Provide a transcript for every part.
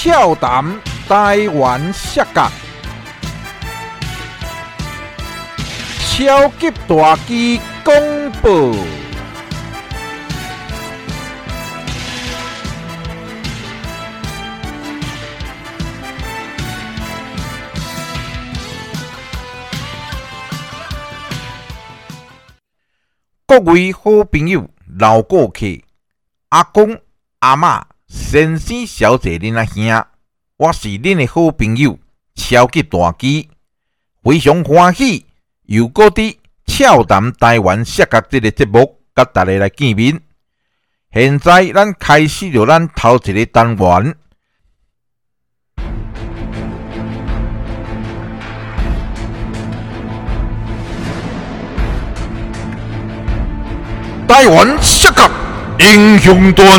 俏谈台湾摔角，超级大机公布。各位好朋友、老顾客、阿公、阿嬷、先生、小姐、恁阿兄，我是恁的好朋友超级大机，非常欢喜又搁伫俏谈台湾摔角这个节目，甲大家来见面。现在咱开始着咱头一个单元。台湾摔角英雄传，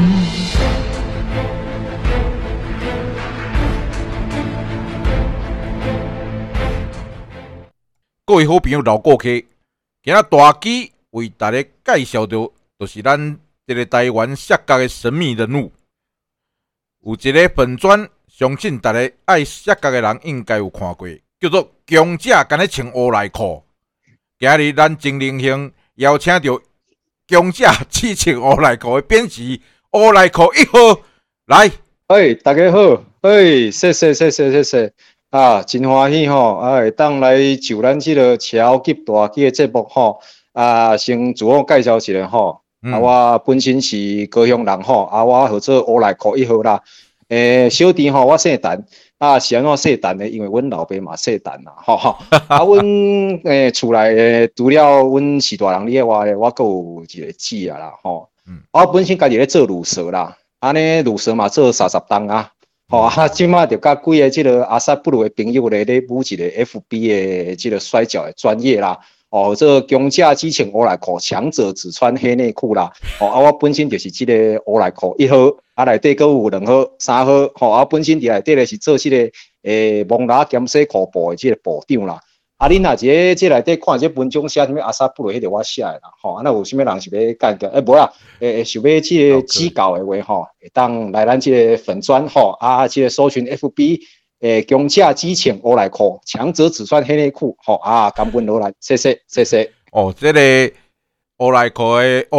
各位好朋友、老顾客，今仔大机为大家介绍到，就是咱这个台湾摔角的神秘人物。有一个粉砖，相信大家爱摔角的人应该有看过，叫做强者敢咧穿乌内裤。今日咱真荣幸邀请到强者只穿乌内裤的编辑乌内裤1号来。 大家好，谢谢啊，真欢喜吼，当来就咱这个超级大机的节目吼，先自我介绍一下吼，我本身是高雄人吼，我号做乌内裤1号啦，小弟吼我姓陈，是安怎姓陈呢？因为阮老爸嘛姓陈啦，吼，阮厝内除了阮4大人以外，我阁有一个姊仔啦，吼，我本身家己咧做律师啦，安尼律师嘛做30档啊。即马就甲几个即个阿萨布鲁的朋友咧舞一个 FB 的即个摔跤的专业啦，这个强者只穿乌内裤，强者只穿黑内裤啦，我本身就是即个乌内裤1号，内底阁有2号、3号，我本身伫内底咧是做即个蒙拉兼洗裤部的即个部长啦。恁若一个即内底看即文章写啥物阿萨布鲁，迄个我写的啦，那有啥物人想要干掉？无啦，想要即个指教的话吼，会当来咱即个粉专吼，即个搜寻 FB，强者只穿乌内裤，强者只穿黑内裤，感恩落来，谢谢。 这个乌内裤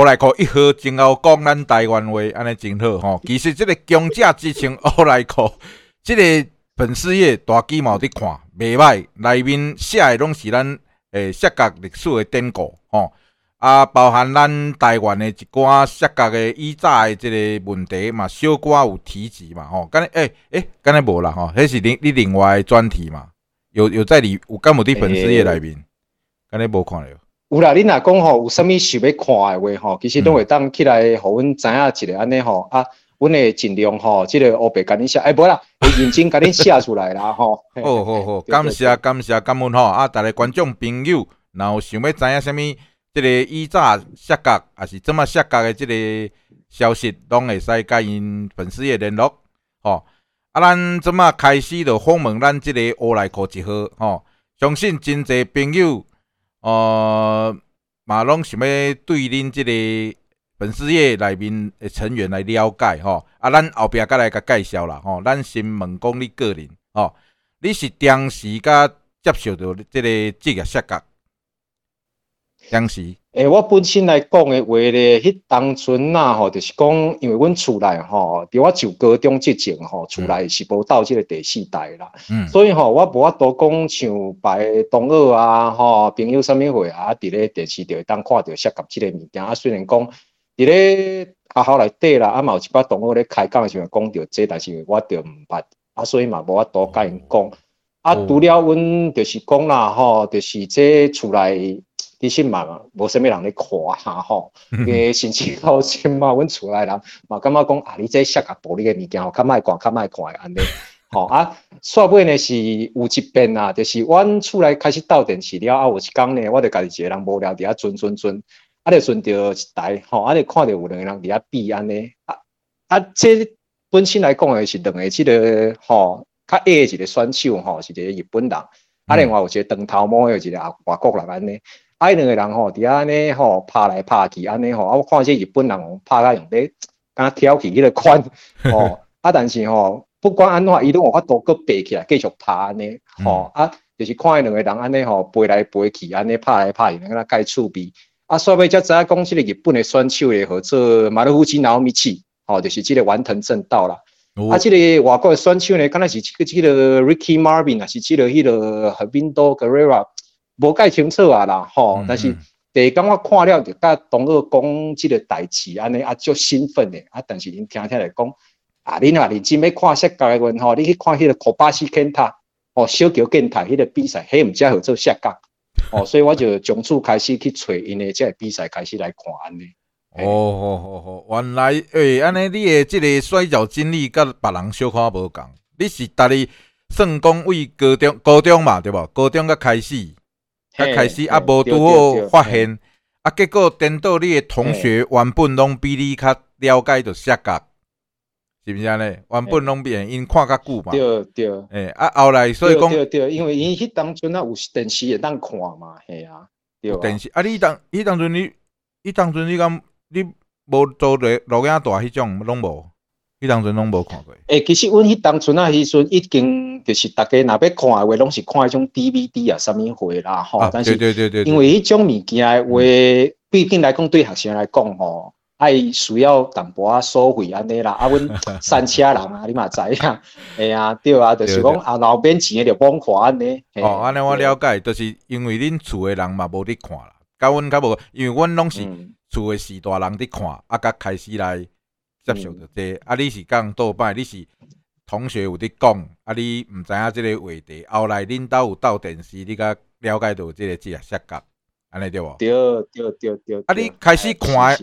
1号真好讲咱台湾话，安尼真好吼。其实这个强者只穿乌内裤，这个粉丝页大机嘛有伫看，袂歹，内面写的拢是咱摔角历史的典故吼，包含咱台湾的一寡摔角的以早的即个问题嘛，小可有提及嘛吼，敢若无啦吼，迄是你另外的专题嘛，有在里有敢有伫粉丝页内面，敢若无看了。 有啦，恁若讲吼有啥物想要看的话吼，其实拢会当起来，互阮知影一个安尼吼阮会尽量吼，即个黑白甲恁写，无啦，会认真甲恁写出来啦吼。 好，感谢，感恩吼！逐个观众朋友，若有想要知影啥物，即个以早摔角，还是怎么摔角的即个消息，拢会使甲因粉丝页联络吼。咱怎么开始就访问咱即个乌内裤1号吼？相信真侪朋友嘛拢想要对恁即个粉丝页内面的成员来了解吼，咱后壁再来甲介绍啦吼。咱先问讲你个人吼，你是当时甲接受到即个职业摔角？当时， 我本身来讲的话咧，迄当阵吼，就是讲，因为阮厝内吼，伫我就高中之前吼，厝内是无到即个第4代啦，所以吼，我无法度讲像排同学吼，朋友啥物货伫咧电视就会当看到摔角即个物件虽然讲伫咧学校内底啦，嘛有一寡同学咧开讲的时候讲到这，但是我就毋捌，所以嘛无法度甲因讲。除了阮就是讲啦吼，就是这厝内。其实嘛，无啥物人咧看吼，甚至到即嘛，阮厝内人嘛感觉讲你这摔角暴力的物件，较莫看安尼，吼煞尾呢是有一遍啊，就是阮厝内开始斗电视了，有一天呢，我就家己一个人无聊伫遐转，就顺着一台吼，就看到有2个人伫遐比安尼，这本身来讲的是2个即个吼较矮的一个选手吼，是一个日本人，另外有一个长头毛的，一个外国人安尼。2个人吼，伫遐安尼吼拍来拍去安尼吼，我看这日本人拍甲用咧，敢挑起迄个款吼，但是吼， 不管安怎，伊拢有法度搁爬起来继续拍安尼，就是看伊两个人安尼飞来飞去，安尼拍来拍去，那介趣味。煞尾才知影讲，即个日本的选手咧，叫做马勒夫基纳奥米奇，就是即个丸藤正道啦。即个外国的选手呢，敢若是即个 Ricky Marvin 啊，是即个迄个 Herbindo Guerrera， 无介清楚啊啦，但是第一感我看了就甲同学讲即个代志，安尼足兴奋的，但是因听来讲，恁认真要看摔角的话，你去看迄个科巴西健塔，小桥健塔迄个比赛，迄毋只叫做摔角。所以我就从此开始去找因的这个比赛，开始来看安尼。 原来安尼你的这个摔跤经历甲别人小可无共，你是逐日算讲为高中嘛，对无？高中才开始，无拄好发现，结果颠倒你的同学原本拢比你较了解着摔角。是毋是安尼？原本拢变因看较久嘛。 对。 后来所以讲， 对，因为因迄当阵有电视会当看嘛，嘿啊。 有电视你当阵你敢你无做录影带迄种拢无？迄当阵拢无看过。 其实阮迄当阵迄阵已经就是大家若要看的话，拢是看迄种 DVD 啊，啥物货啦但是对， 因为迄种物件的话，毕竟来讲对学生来讲爱需要淡薄收费安尼啦，阮三车人啊，你嘛知影，对啊，就是讲老边钱就帮看安尼。 安尼我了解，就是因为恁厝的人嘛无伫看啦，甲阮较无，因为阮拢是厝的士大人伫看，甲开始来接受着这，你是讲倒摆，你是同学有伫讲，你毋知影即个话题，后来恁兜有斗电视，你甲了解到即个摔角。安尼对无？ 对。 你开始看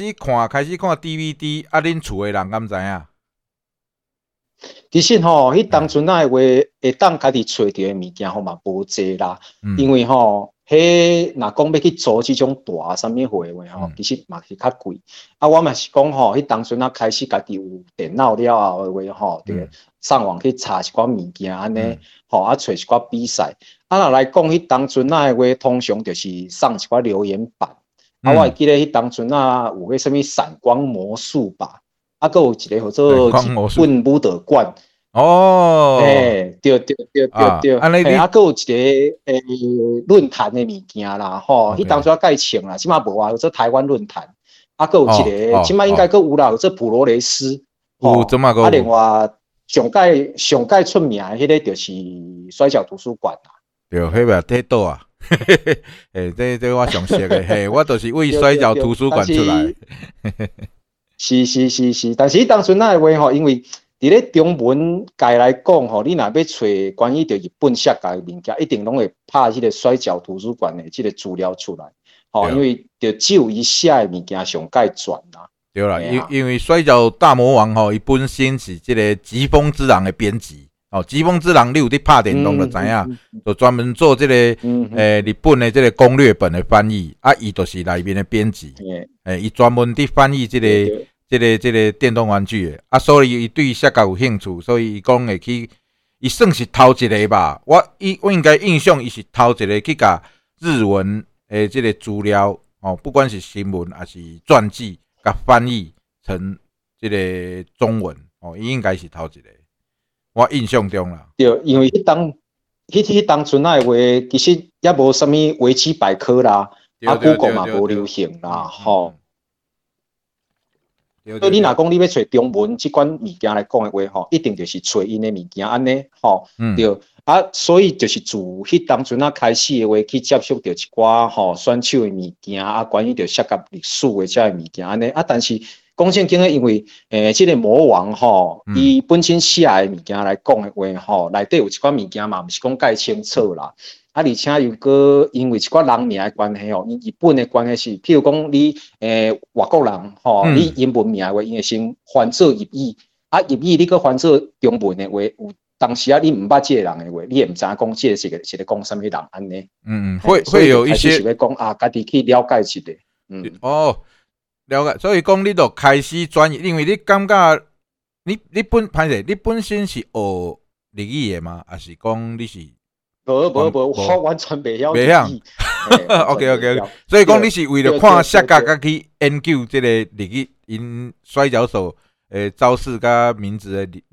DVD， 恁厝的人敢知影？ 其实迄当阵的话，会当家己找到的物件嘛无济啦，因为迄若讲要去做即种大啥物货的话其实嘛是较贵。我嘛是讲迄当阵开始家己有电脑了后的话对，上网去查一寡物件安尼，找一寡比赛。若来讲迄当阵的话，通常就是上一寡留言板。我会记得迄当阵有迄啥物闪光魔术吧，搁有一个叫做日本武道馆。对， 安尼搁有一个论坛的物件啦，迄当初介清啦，即马无叫做台湾论坛，搁有一个，即马应该搁有啦，叫做普罗雷斯，另外上届出名的迄个就是摔跤图书馆啦， 对，迄个佚倒啊，这我上熟的，我就是为摔跤图书馆出来， 是，但是迄当阵的话因为伫咧中文界来讲你若要找关于着日本摔跤的物件，一定拢会拍迄个摔跤图书馆的即个资料出来，因为就只有伊写的物件上界全啦。 对啦，因为摔跤大魔王伊本身是即个疾风之狼的编辑，疾风之狼你有伫拍电动就知影，就专门做即个日本的即个攻略本的翻译，伊就是内面的编辑，伊专门伫翻译即个电动玩具的，所以伊对摔跤有兴趣，所以伊讲会去，伊算是头一个吧。我应该印象伊是头一个去甲日文的即个资料，不管是新闻还是传记，甲翻译成即个中文，伊应该是头一个。我印象中啦。 对，因为迄当阵的话，其实也无啥物维基百科啦，Google 嘛无流行啦，所以你若讲你要找中文即款物件来讲的话，一定就是找因的物件安尼，对。所以就是自迄当阵开始的话，去接触到一寡选手的物件关于着摔跤历史的遮物件安尼但是讲正经的，因为即个魔王伊本身写的物件来讲的话内底有一寡物件嘛，毋是讲介清楚啦。而且又搁因为一寡人名的关系日本的关系是，譬如讲你外国人你英文名的话，因会先翻做日语，日语你搁翻做中文的话，有当时你毋捌即个人的话，你也毋知影讲即个是咧讲啥物人安尼。 会有一些是要讲家己去了解一下。 了解，所以讲你就开始转移，因为你感觉你本身是学日语的吗？还是讲你是？ 无，我完全袂晓。 OK， 所以讲你是为了看摔跤，甲去研究即个日语因摔跤手招式甲名字的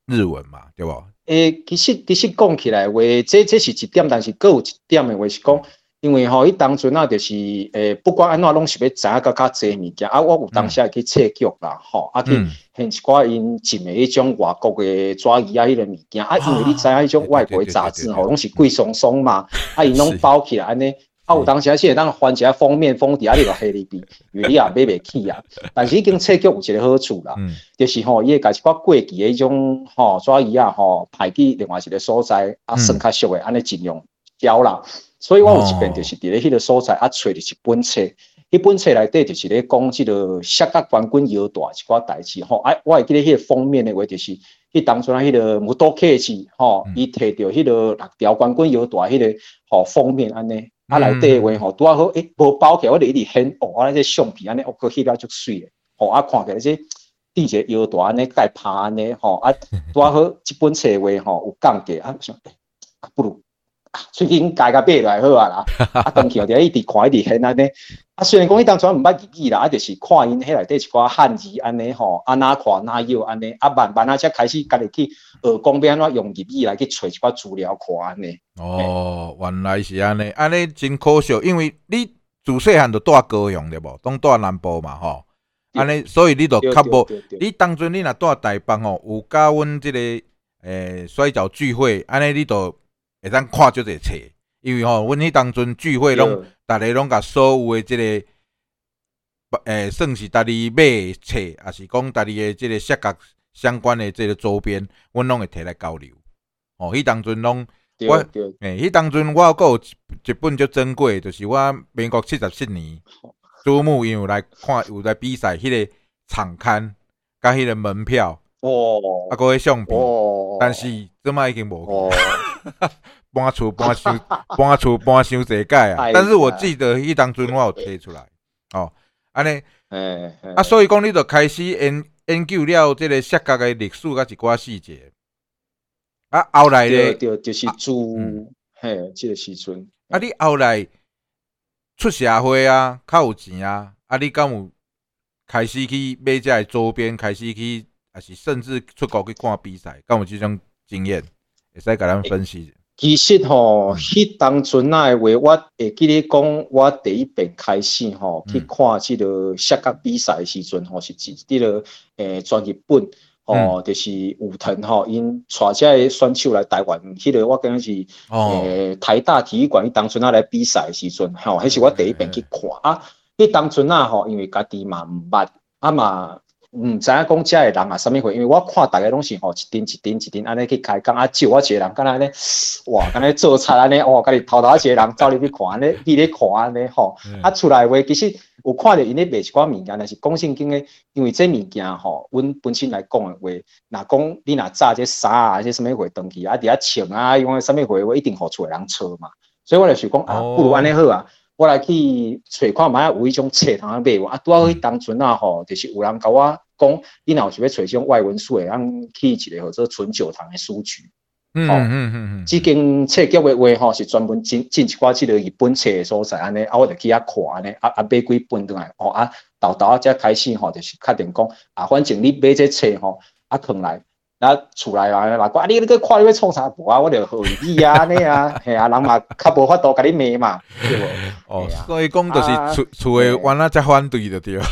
日文嘛，对不？ 其实讲起来话，这是一点，但是佫有一点的话是讲，因为吼，迄当阵啊，就是不管安怎拢是要知影较济物件啊。我有当时会去册局啦，吼，去现一寡因进的迄种外国的纸艺啊，迄个物件啊，因为你知影迄种外国的杂志吼，拢是贵松松嘛，啊，因拢包起来安尼。啊，有当时是会当翻一下封面封底啊，你就下里边，因为你也买袂起啊。但是已经册局有一个好处啦，就是吼，伊会甲一寡过期的迄种吼纸艺啊吼排去另外一个所在啊，算较俗的，安尼尽量交啦。所以我有一遍就是伫咧迄个所在啊，找着一本册，迄本册内底就是咧讲即个雪角冠军摇带一寡代志吼。啊，我会记得迄个封面的话，就是迄当初啊，迄个木多克士吼，伊摕着迄个6条冠军摇带迄个吼封面安尼。啊，内底话吼，拄啊好，无包起来，我就一直翕，我那这相片安尼，我翕了足水的，吼啊，看起来这地一个腰带安尼，盖拍安尼，吼啊，拄啊好，这本册话吼有降价，啊，想不如最近改买来好啊啦，啊，当去就一直看一直翕安尼，啊，虽然讲伊当初毋捌日语啦，啊，就是看因迄内底一寡汉字安尼吼，啊哪看哪摇安尼，啊慢慢啊才开始家己去学讲要安怎用日语来去找一寡资料看安尼。 哦，原来是安尼，安尼真可惜，因为你自细汉就住高雄对无，拢住南部嘛吼，安尼所以你就较无，你当阵你若住台北吼，有甲阮即个摔跤聚会，安尼你就会当看足侪册，因为吼，阮迄当阵聚会拢，逐个拢甲所有的即个算是家己买的册，也是讲家己的即个雪角相关的即个周边，阮拢会摕来交流。哦，迄当阵拢。迄当阵我阁有一本足珍贵，就是我民国74年祖母因为来看有来比赛，迄个场刊甲迄个门票，啊，搁迄相片，但是即摆已经无去，搬厝搬伤侪届啊。但是我记得迄当阵我有摕出来，哦，安尼，啊，所以讲你就开始研究了即个雪角的历史甲一寡细节。啊，后来咧， 就是嘿，这个时阵。 啊，你后来出社会啊，较有钱啊，啊，你敢有开始去买这个周边，开始去，还是甚至出国去看比赛，敢有这种经验？会使甲咱分析。 其实吼，迄当阵啊的话，我会记得讲，我第一遍开始吼去看这个雪角比赛的时阵吼，是这个全日本。哦，就是武藤吼，因带这个选手来台湾，迄个我感觉是台大体育馆，伊当阵啊来比赛的时阵，吼，迄是我第一遍去看啊。迄当阵啊吼，因为家己嘛毋捌，啊嘛毋知影讲遮个人啊啥物货，因为我看大家拢是吼一阵安尼去开讲啊，就我一个人敢若安尼，哇，敢若做菜安尼，哇，家己偷一个人走入去看安尼，你咧看安尼吼，啊出来话其实。有看到因咧卖一寡物件，但是讲正经诶，因为这物件吼，阮本身来讲诶话，若讲你若炸这衫啊，这什么货登去啊，伫遐穿啊，用什么货，我一定互厝诶人错嘛。所以我就是讲啊，不如安尼好啊，我来去找看买有迄种册通买无啊。拄好迄当阵啊吼，就是有人甲我讲，你若是要找这种外文书诶，咱去一个叫做纯酒堂诶书局。这间册局的话吼，是专门进一寡即个日本册的所在安尼，啊，我就去遐看安尼，啊买几本倒来，哦啊，豆啊才开始吼，就是确定讲啊，反正你买这册吼，啊放来，啊厝内啊，若讲你个看你要创啥无啊，我就好你啊安尼啊，嘿啊，人嘛较无法度甲你骂嘛，对无？ 哦，所以讲就是厝诶，原来才反对就对。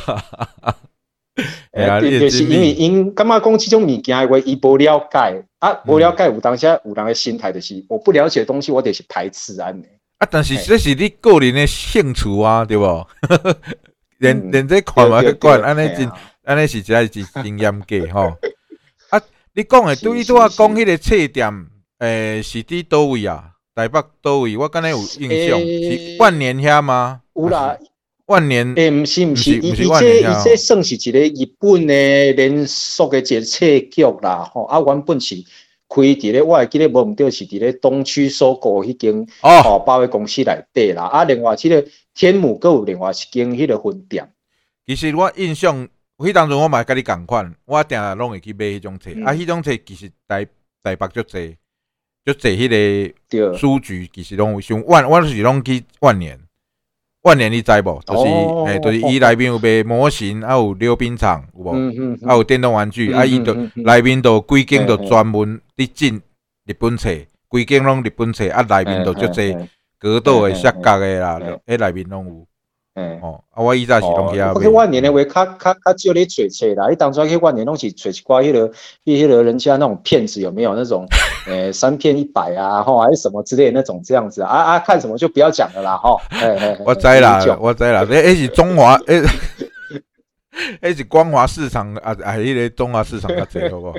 就是因为因感觉讲这种物件的话，伊无了解啊，无了解有当时有人的心态就是我不了解的东西，我就是排斥安尼。 啊，但是这是你个人的兴趣啊，对无？连这看嘛去管，安尼是真是真严格吼。啊，你讲的对你拄啊讲迄个册店，是伫倒位啊？台北倒位？我敢若有印象，是万年遐吗？ 有啦。 万年毋是，伊这算是一个日本的连锁的一个册局啦，吼啊，原本是开伫咧，我会记得无毋对，是伫咧东区搜狗迄间百货公司内底啦，啊，另外即个天母阁有另外一间迄个分店。 其实我印象，迄当阵我嘛甲你共款，我定下拢会去买迄种册，啊，迄种册其实台北足济迄个书局，其实拢有像我是拢去万年。 万年你知无？就是就是伊内面有卖模型，啊有溜冰场，有无？啊有电动玩具，啊伊就内面就规间就专门伫进日本册，规间拢日本册，啊内面就足济格斗的、摔角的啦，迄内面拢有。哦，啊我以前是拢去遐买。 去万年的话，较少咧找册啦。伊当初去万年拢是找一寡迄个人家那种骗子有没有那种3片100啊，吼还是什么之类的那种这样子啊看什么就不要讲了啦，吼。 我知啦，迄是中华迄是光华市场啊，迄个中华市场较济好无？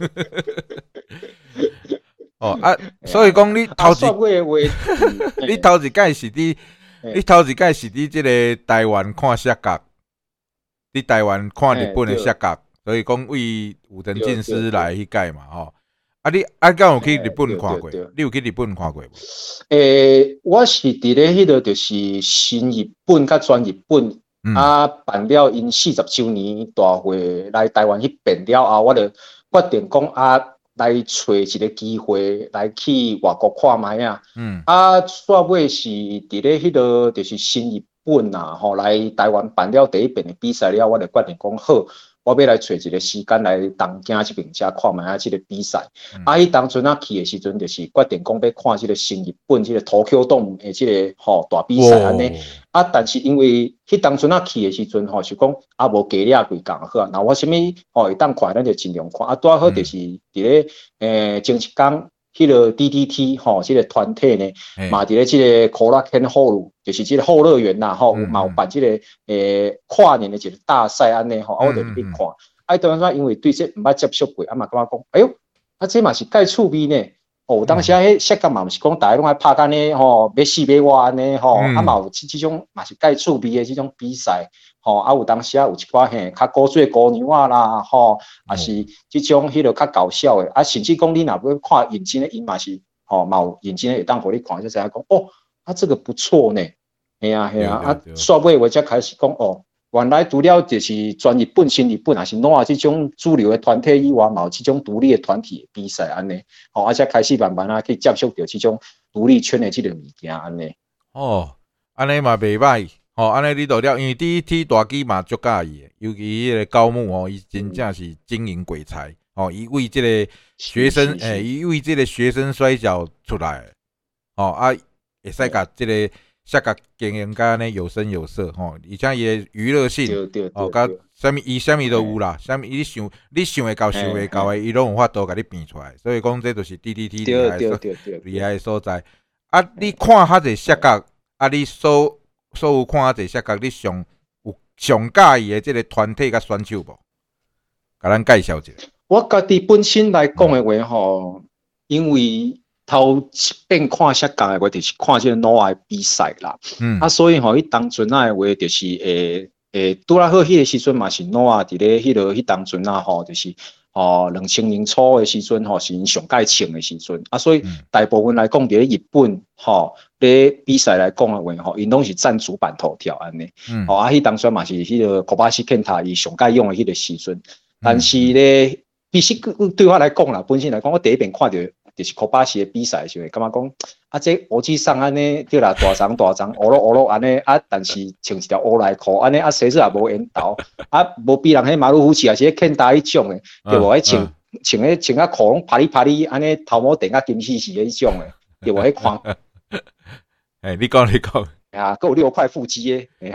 哦啊，所以讲你头一，你头一届是伫。你头一届是伫即个台湾看摔角，伫台湾看日本的摔角，所以讲为武藤进司来迄届嘛，吼。啊你敢有去日本看过？你有去日本看过无？ 我是伫咧迄个就是新日本甲全日本办了因40周年大会来台湾去办了后，我就决定讲来找一个机会来去外国看卖啊！煞尾是伫咧迄个就是新日本啊，吼来台湾办了第一遍的比赛了，我就决定讲好，我要来找一个时间来东京这边遮看卖这个比赛。伊当初去的时阵，就是决定讲要看这个新日本这个Tokyo Dome的这个大比赛安尼。但是因为当初去的时阵是讲无加了几工好啊。那我啥物会当看，咱就尽量看。拄好就是伫咧前一天迄个 DDT 这个团体呢，嘛伫咧这个 Korakuen Hall， 就是这个后乐园呐，嘛有办这个跨年的一个大赛安尼我就去看。当然因为对这毋捌接触过，嘛感觉讲，哎呦，这嘛是介趣味呢。当时迄摔角嘛，毋是讲大家拢爱拍干呢，要死要活安尼嘛有这种嘛是介趣味的这种比赛，有当时有一寡较古锥姑娘啦，也是这种迄个较搞笑的，甚至讲你若要看认真的，伊嘛是嘛有认真的会当互你看，就知影讲这个不错呢，嘿啊，煞尾我才开始讲原来除了就是全日本、新日本，还是哪这种主流的团体以外，嘛有这种独立的团体的比赛安尼，才开始慢慢去接触到这种独立圈的这个物件安尼。 安尼嘛袂歹，安尼你就了，因为第一梯大机嘛足介意的，尤其迄个高木伊真正是经营鬼才，伊为这个学生，伊为这个学生摔跤出来，会使甲这个。摔角经营甲安尼有声有色而且伊的娱乐性甲啥物伊啥物都有啦，啥物你想会到想袂到的，伊拢有法度甲你变出来，所以讲这就是 DDT 厉害的所在。你看较济摔角，你所有看较济摔角，你上介意的这个团体甲选手无？甲咱介绍一下。 我家己本身来讲的话因为头一遍看摔角的话，就是看这个 NOAH 比赛啦。所以伊当阵的话，就是拄啦好迄个时阵嘛是 NOAH 伫咧迄当阵就是2000年初的时阵是因上界穿的时阵所以大部分来讲，伫咧日本咧比赛来讲的话因拢是占主板头条安尼。迄当阵嘛是迄个Kobashi Kenta伊上界用的迄个时阵，但是咧，必须对我来讲啦，本身来讲，我第一遍看到。就是Kobashi的比赛的时候，感觉讲这国际上安尼对啦，大张乌落安尼但是穿一条乌内裤安尼谁说也无缘投无比人迄马路虎骑也是欠打迄种的，对无？穿裤拢啪哩安尼头毛顶金丝迄种的，对无？看， 你讲。 还有6块腹肌的，对。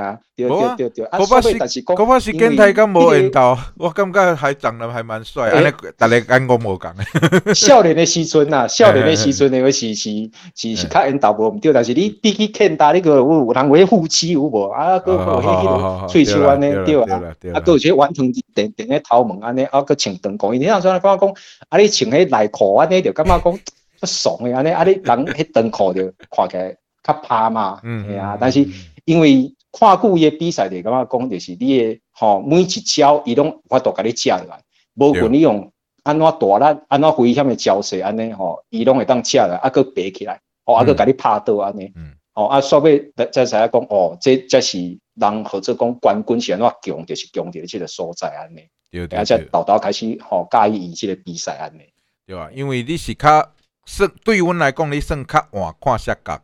Kobashi Kenta敢无缘投，我感觉还长得还蛮帅，安尼大家眼光无共的。 少年的时阵呐，少年的时阵那个是较缘投无毋对，但是你比起 Kenta 那个有人为腹肌有无？个迄喙鬚安尼对个有些完成顶个头毛安尼，个穿长裤，你当初感觉讲，你穿迄内裤安尼就感觉讲不爽的安尼，你人迄长裤就看起来。较拍嘛，但是因为看久伊的比赛，就感觉讲就是你的每一招伊拢有法度甲你接落来，无论你用安怎大力、安怎危险的招式安尼伊拢会当接落来，佮爬起来，佮甲你拍倒安尼，煞尾才知影讲这是人或者讲冠军是安怎强，就是强伫即个所在安尼，才豆开始介意伊即个比赛安尼， 对啊，因为你是较对阮来讲，你算较晚看摔角。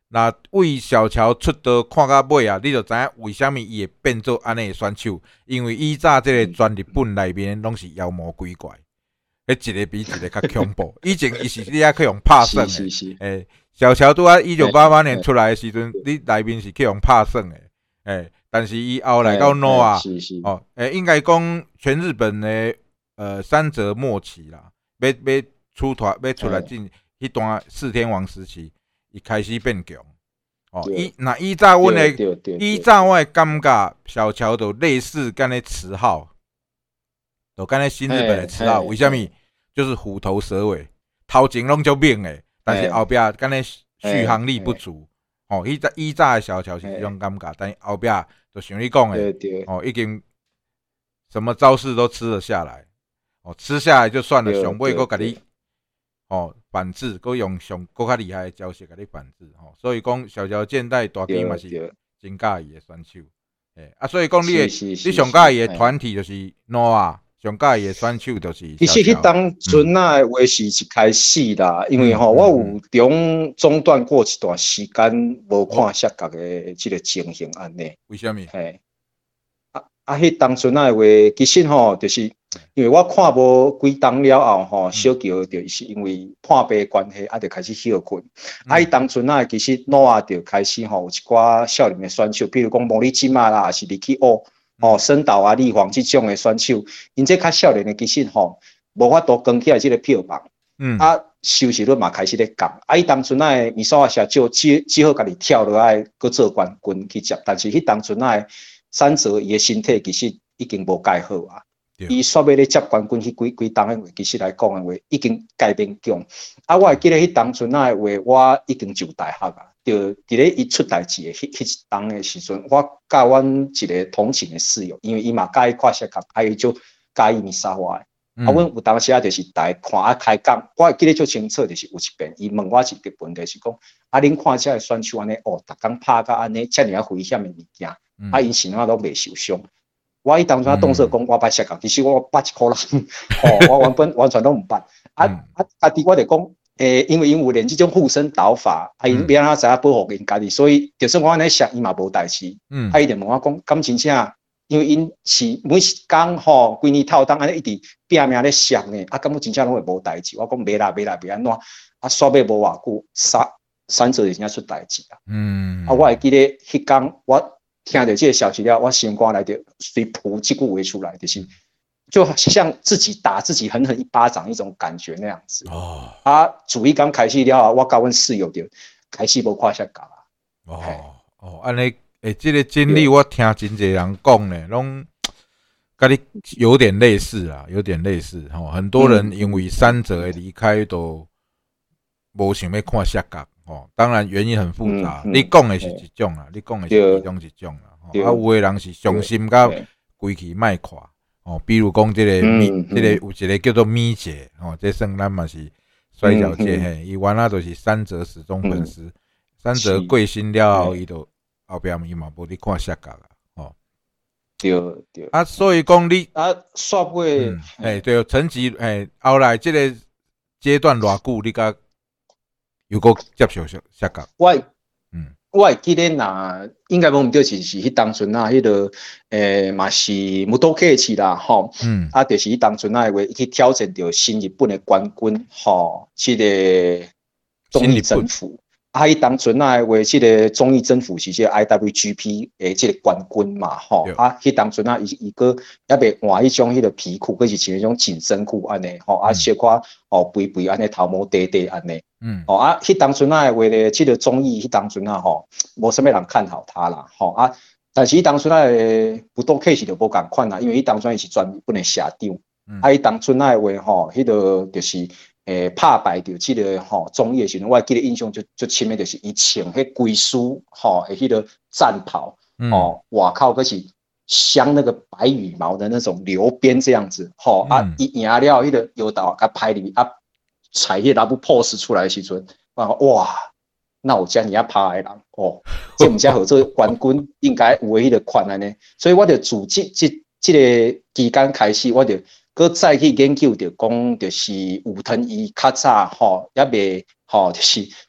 那为小乔出道看到尾啊，你就知影为虾米伊会变做安尼的选手，因为以早即个全日本内面拢是妖魔鬼怪，迄一个比一个较恐怖。以前伊是你还去用拍算诶，小乔拄啊1988年出来的时阵，你内面是去用拍算诶，但是伊后来到 NOAH 哦，应该讲全日本的三泽末期啦，要出来进迄段四天王时期。伊开始变强，哦，依照阮的感觉，小乔就类似干咧池浩，就干咧新日本的池浩，为虾米？就是虎头蛇尾，头前拢足猛的，但是后壁干咧续航力不足，哦，依早的小乔是这种感觉，但是后壁就像你讲的，哦，已经什么招式都吃得下来，哦，吃下来就算了，上尾佫甲你。哦，反制，佮用上佮较厉害的招式甲你反制，吼、哦，所以讲小乔健代大基嘛是真喜欢的选手，所以讲你上喜欢的团体就是 NOAH， 上喜欢的选手就是小乔。 其实迄当阵啊的话是一开始啦，因为我有中断过一段时间无看摔角的即个情形安尼。 为什么？ 迄当阵啊的话，其实就是因为我看无几档了后小乔就是因为破病关系就开始休困。迄当阵啊，其实NOAH就开始有一寡少年的选手，比如讲毛利金嘛啦，是入去深岛啊、立煌这种的选手，因这较少年的其实无法度扛起来这个票房。收视率嘛开始咧降。伊当阵啊，米索瓦社就只好家己跳落来，搁做冠军去接。但是迄当阵啊，三泽伊的身体其实已经无介好啊。伊煞要咧接冠军迄几档的话，其实来讲的话，已经改变强。我会记得迄当阵啊的话，我已经就大学啊。就伫咧伊出代志的迄一档的时阵，我甲阮一个同寝的室友，因为伊嘛介意看摔角，伊就介意米萨瓦的。阮有当时就是大看开讲，我会记得足清楚，就是有一遍伊问我一个问题是讲，恁看遮个选手安尼，逐工拍甲安尼，遮尔危险的物件，因是哪拢袂受伤。我当初动手讲我捌摔角，其实我捌一箍人，我完全拢毋捌。家己我就讲，因为因有练即种护身导法，因要安怎知影保护因家己，所以就算我安尼摔，伊嘛无代志。伊就问我讲，敢真正？因为因是每一工规年透当安尼一直拼命咧摔呢，敢有真正拢会无代志？我讲袂啦，袂安怎？煞尾无偌久，三者真正出代志啊！我会记得迄工我听到这个消息了，我心肝内底随扑即句话出来，就像自己打自己狠狠一巴掌一种感觉那样子。主一刚开始了，我甲阮室友就开始无看摔角啊。 安尼。这个经历我听真侪人讲呢，拢跟你有点类似啊，有点类似。很多人因为三者的离开都无想要看摔角。当然原因很复杂。你讲的是一种啦，你讲的是其中一种啦。有的人是伤心到规气卖看。比如讲这个有一个叫做咪姐，这算咱嘛是摔跤界嘿，伊原来就是三者始终粉丝。三者过身了后，伊就。后壁伊嘛无咧看摔角啊， 对。 所以讲你煞尾对，成绩后来这个阶段偌久，你甲又搁接受摔角？ 我会记得呐，应该无毋对，是迄当阵啊，迄个嘛是木多客气啦，就是迄当阵啊话，去挑战着新日本的冠军，即个综艺征服。伊当阵啊话，即个综艺征服是即个 IWGP 的即个冠军嘛，迄当阵啊，伊个也袂换迄种迄个皮裤，佫是穿迄种紧身裤安尼，小可肥肥安尼，头毛低低安尼，迄当阵啊话咧，即个综艺迄当阵啊无啥物人看好他啦，但是迄当阵啊不多 case 就无共款啦，因为迄当阵伊是专本的社长，迄当阵啊话迄个就是。拍败着即个综艺的时阵，我记得印象就深的，就是伊穿迄龟书的迄个战袍，外口佫是镶那个白羽毛的那种流边这样子，伊赢了迄个摇头甲拍里踩迄那部 pose 出来的时阵，哇，那有遮尔拍的人这毋才合作冠军应该有迄个款安尼，所以我就自即个期间开始，我就。佮再去研究着讲，就是武藤伊较早也袂就是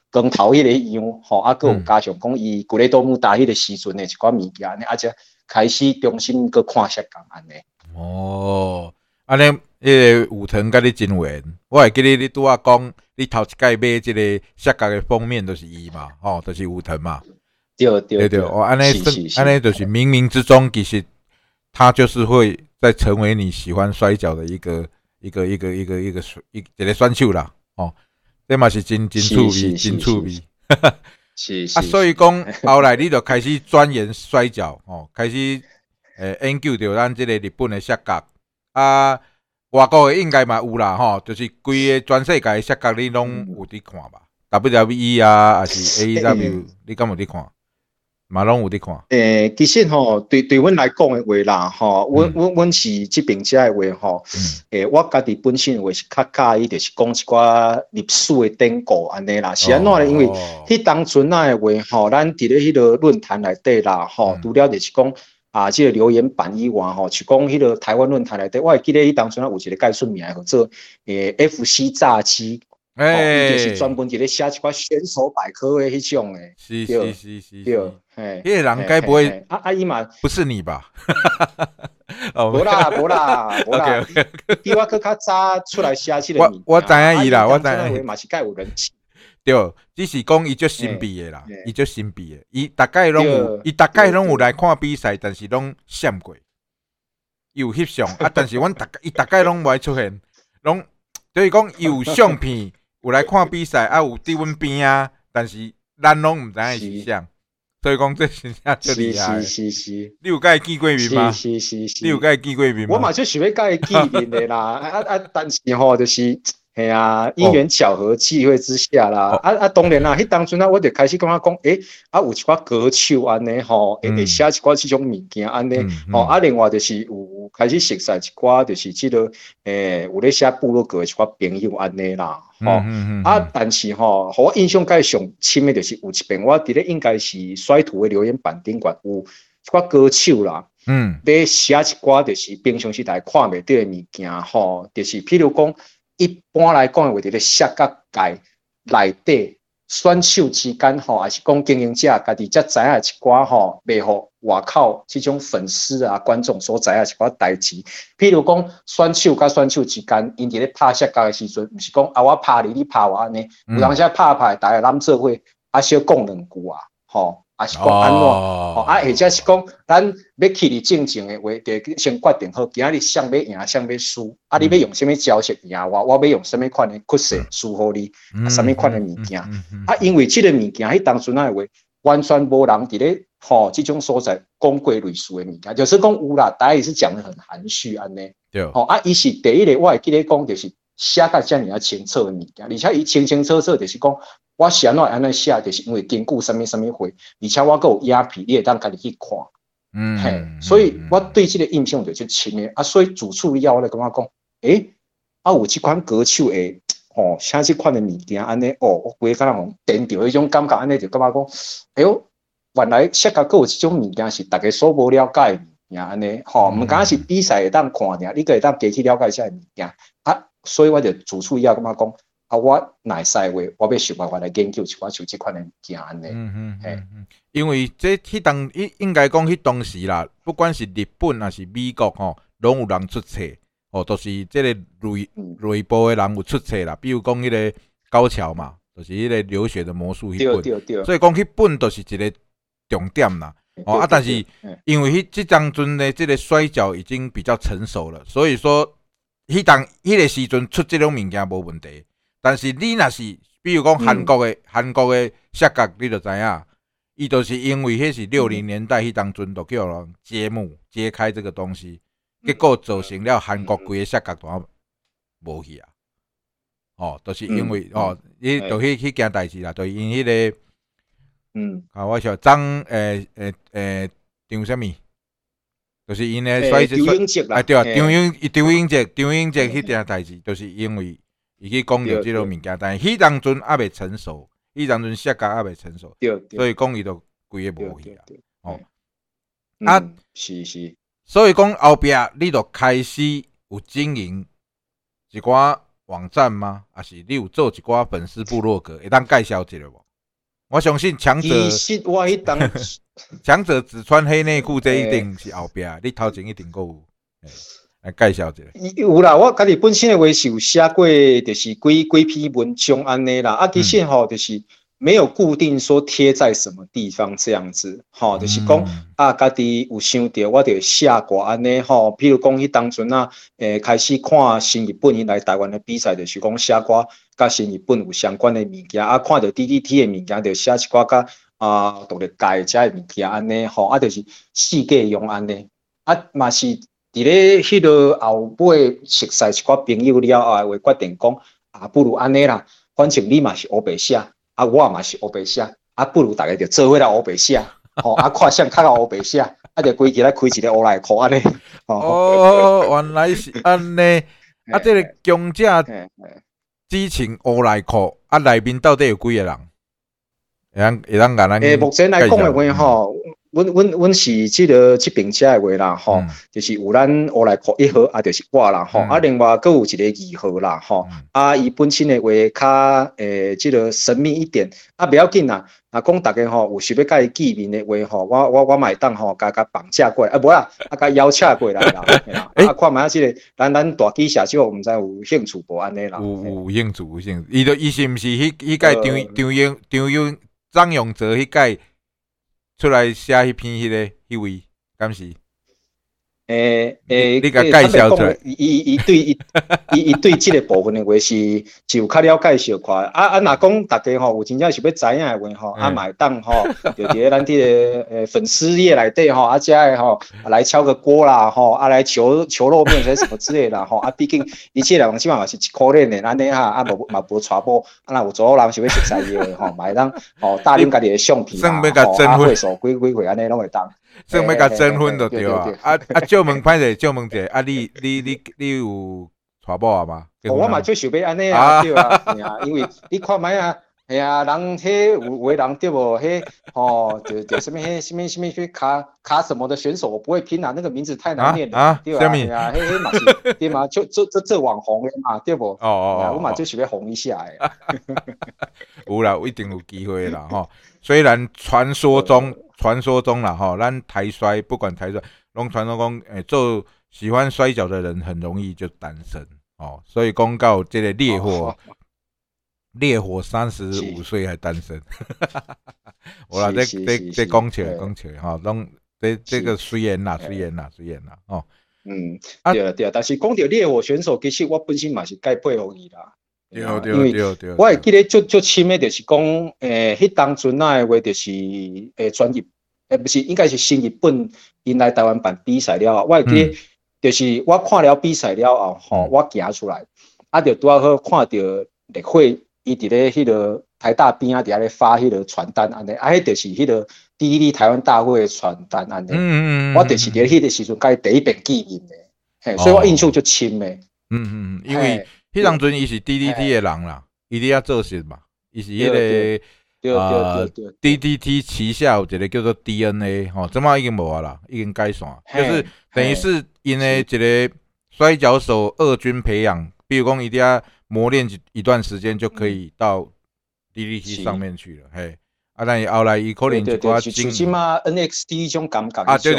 光头迄个样，吼，啊，佮有加上讲伊古雷多姆达迄个时阵的一寡物件，啊，则开始重新佮看石港安尼。 哦，安尼，迄个武藤甲你真有缘，我会记你拄仔讲，你头一届买即个石角的封面就是伊嘛，吼，就是武藤嘛。对，哦，安尼就是冥冥之中，其实他就是会再成为你喜欢摔跤的一个选手啦，哦，这嘛是真趣味，真趣味。 是啊，所以讲后来你就开始钻研摔跤，哦，开始研究到咱即个日本的摔角，啊，外国的应该嘛有啦，吼，就是规个全世界的摔角你拢有伫看吧 ？WWE 啊，还是 AEW，你敢有伫看？嘛拢有伫看。 其实吼，对阮来讲的话啦，吼，阮是即边遮的话吼，我家己本身的话是较介意，就是讲一寡历史的典故安尼啦。是安怎咧？因为迄当阵啊的话吼，咱伫咧迄个论坛内底啦，吼，除了就是讲啊，即个留言板以外吼，是讲迄个台湾论坛内底，我会记得迄当阵啊有一个介顺名叫做FC 炸鸡。伊就是专门伫咧写一寡选手百科的迄种诶， 是， 对， 迄个人该不会伊嘛不是你吧？ 无啦，比我更较早出来写即个物。 我知影伊啦，我知影嘛是介有人气。 对，只是讲伊足神秘的啦，伊足神秘的，伊大概拢有来看比赛，但是拢闪过，有翕相啊，但是伊大概拢无爱出现，拢就是讲有相片。有来看比赛啊，有伫阮边啊，但是咱拢毋知影是啥，所以讲这真正足厉害。 是， 你有甲伊见过面吗？ 是。 你有甲伊见过面吗？ 我嘛就想要甲伊见面的啦，但是吼，就是。嘿啊，因缘巧合际会之下啦，当然啦，迄当阵啊，我就开始感觉讲，有一寡歌手安尼吼，会写一寡即种物件安尼，吼，另外就是有开始熟悉一寡，就是即个有咧写部落格的一寡朋友安尼啦，吼，但是吼，互我印象介上深的，就是有一遍我伫咧应该是衰图的留言板顶悬有一寡歌手啦，咧写一寡就是平常时大家看袂到的物件吼，就是譬如讲。一般来讲，话伫咧摔角界内底选手之间吼，还是讲经营者家己才知影一寡吼，袂互外口即种粉丝啊、观众所知影一寡代志。譬如讲，选手甲选手之间，因伫咧拍摔角的时阵，毋是讲我拍你，你拍我安尼，有当时拍，大家揽做伙，小讲两句啊，吼。是讲安怎？或者是讲，咱要去你正经的话，得先决定好，今日谁要赢，谁要输。你要用什么招式赢我要用什么款的趋势输互你，什么款的物件？因为这个物件，迄当阵的话，完全无人伫咧这种所在讲过类似的物件，就是讲有啦，大家也是讲得很含蓄安尼。 对。 伊是第一个，我会记得讲，就是写甲遮尔清楚的物件，而且伊清楚，就是讲。我是安怎写，就是因为根据什么会，而且我还有影片，你会当家己去看。所以我对这个印象就深的。所以自此以后，我就感觉讲，有这款歌手会写这款的物件，安尼我规个敢若颠着迄种感觉，安尼就感觉讲，原来摔角还有这种物件是大家所无了解的物件，安尼毋单是比赛会当看尔，你个会当加去了解一下物件。所以我就自此以后感觉讲。我若会使话，我要想办法来研究一寡像即款的物件安尼。 因为迄当应该讲迄当时啦，不管是日本还是美国吼，拢有人出册，都是即个内部的人有出册啦。比如讲迄个高桥嘛，就是迄个流血的魔术迄本， 对所以讲迄本就是一个重点啦。但是因为即当阵的即个摔跤已经比较成熟了，所以说迄个时阵出即种物件无问题。但是你若是，比如讲韩国的摔角，你就知影，伊就是因为迄是60年代迄当阵，就叫人揭开这个东西，结果造成了韩国规个摔角团无去啊。就是因为伊就迄件代志啦，就因迄个，我想张张什么？就是因咧摔跤，对啊，张英杰迄件代志，就是因为。伊去讲着即个物件，但是迄当阵还未成熟，迄当阵摔角还未成熟，所以讲伊就规个无去啊。 是。 所以讲后壁你就开始有经营一寡网站吗？还是你有做一寡粉丝部落格，会当介绍一下无？我相信强者， 其实我迄当强者只穿黑内裤，这一定是后壁，你头前一定够有，来介绍一下。 有啦，我家己本身的话是有写过，就是几篇文章安尼啦。其实吼，就是没有固定说贴在什么地方这样子，吼，就是讲家己有想到，我就写过安尼吼。譬如讲，迄当阵开始看新日本因来台湾的比赛，就是讲写过甲新日本有相关的物件，看到 DDT 的物件，就写一寡甲独立界遮的物件安尼吼，就是世界用安尼，嘛是。伫咧迄个后尾熟悉一寡朋友了后，会决定讲不如安尼啦，反正你嘛是黑白写，我嘛是黑白写，不如大家就做伙来黑白写，看谁较黑白写，就规起来开一个黑内裤安尼。 原来是安尼，这个强者之前黑内裤，内面到底有几个人？会当甲咱目前来讲的话吼。阮是这边遮的话啦，吼，就是有咱黑内裤1号，就是我啦，吼，另外佫有一个2号啦，吼，伊本身的话较这个神秘一点，不要紧啦，讲大家吼有想要甲伊见面的话吼，我嘛会当吼甲绑架过来，无啦，甲邀请过来啦，看卖这个咱大记社少，毋知有兴趣无安尼啦？ 有兴趣，有兴趣，伊是毋是迄届张永哲迄届？出来写迄篇迄位，敢是？你甲介绍出来。 伊对这个部分的话是有较了解小块。若讲大家吼有真正是要知影的话吼，嘛会当吼，就伫咱这个粉丝页内底吼，遮个吼来敲个锅啦吼，来求露面或者什么之类啦吼。毕竟一切来讲起码嘛是1块钱的，安尼嘛无传播。若有做人想要熟悉伊的吼，嘛会当吼带恁家己的相片啦，会所几回安尼拢会当。 算要甲征婚就对啊！借问歹势，借问者，你有娶某啊吗？ 我嘛最想要安尼啊，对啊，因为你看卖啊，人迄有的人对无？就什么卡什么的选手，我不会拼啊，那个名字太难念了，对吧？迄嘛是对嘛，就这网红的嘛，对不？我嘛最想要红一下诶。 有啦，一定有机会啦吼。虽然传说中啦吼，咱台摔不管台摔，拢传说讲，做喜欢摔跤的人很容易就单身哦，所以讲到这个烈火35岁还单身，我啦，这讲起来吼，拢这个虽然啦哦， 对，但是讲到烈火选手，其实我本身嘛是介佩服伊啦。 对， 我会记得最深的，就是讲，迄当阵的话，就是专业，不是，应该是新日本因来台湾办比赛了。我会记得，就是我看了比赛了后，我行出来，就拄好看到立会伊伫咧迄个台大边底下咧发迄个传单安尼，迄就是迄个DDT台湾大会的传单安尼。我就是伫迄个时阵甲伊第一遍见面的，所以我印象就深的。 因为。迄当阵伊是 DDT 的人啦，伊伫遐做事嘛，伊是迄个DDT 旗下有一个叫做 DNA 吼，即马已经无啊啦，已经改线，就是等于是因为一个摔跤手2军培养，比如讲伊伫遐磨练一段时间就可以到 DDT 上面去了，嘿。但是后来伊可能一寡经营嘛 NXT 迄种感觉对，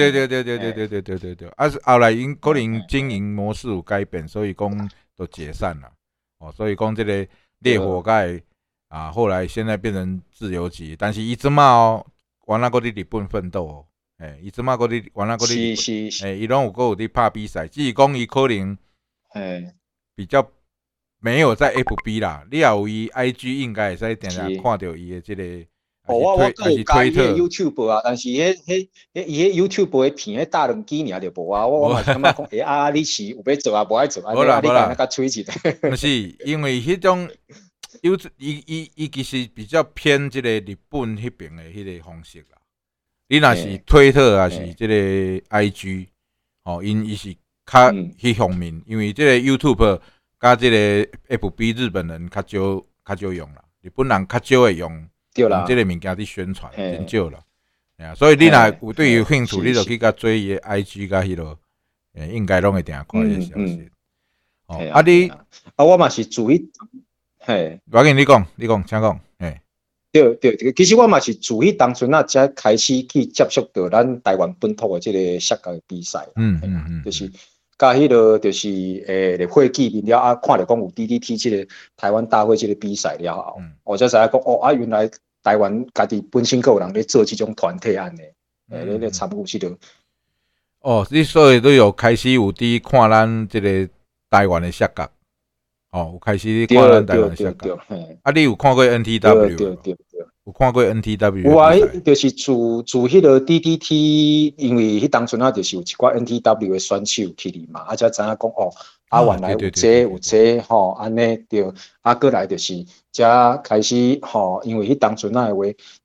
后来因可能经营模式有改变，所以讲都解散了，所以讲这个烈火盖后来现在变成自由级，但是伊即马原来搁伫日本奋斗伊即马搁伫原来搁伫伊拢有搁有伫拍比赛，只是讲伊可能比较没有在 FB 啦，你也有伊 IG 应该会使定定看到伊的这个。 我有加伊个 YouTube 啊，但是伊迄 YouTube 的片，大2支尔就无啊。我嘛是感觉讲，你是有要做啊，无爱做啊？ 无啦， 你甲那吹一下。 不是，因为迄种伊其实比较偏即个日本迄边的迄个方式啦。你若是推特还是即个 IG，因伊是较迄方面，因为即个 YouTube 甲即个 FB 日本人较少用啦，日本人较少会用。用这个物件去宣传，真少啦。所以你若有对有兴趣，你就去甲追伊的 IG 甲迄落，应该拢会定看伊消息。 哦，啊你我嘛是自迄，嘿， 我跟你讲，请讲，嘿， 对，其实我嘛是自迄当阵啊，才开始去接触到咱台湾本土的即个摔跤的比赛啦，就是甲迄个就是咧会记面了啊，看着讲有 DDT 即个台湾大会即个比赛了后，我才知影讲哦啊，原来台湾家己本身个有人咧做即种团体案的，咧参与即个。 哦，你所以都有开始有伫看咱即个台湾的摔跤，哦，有开始看咱台湾摔跤。啊，你有看过 NTW？ 对。 有看过 NTW？ 有啊，就是自迄个 DDT， 因为迄当阵啊，就是有一寡 NTW 的选手去哩嘛，啊才知影讲哦，啊原来有这吼，安尼对，啊过来就是才开始吼，因为迄当阵啊的话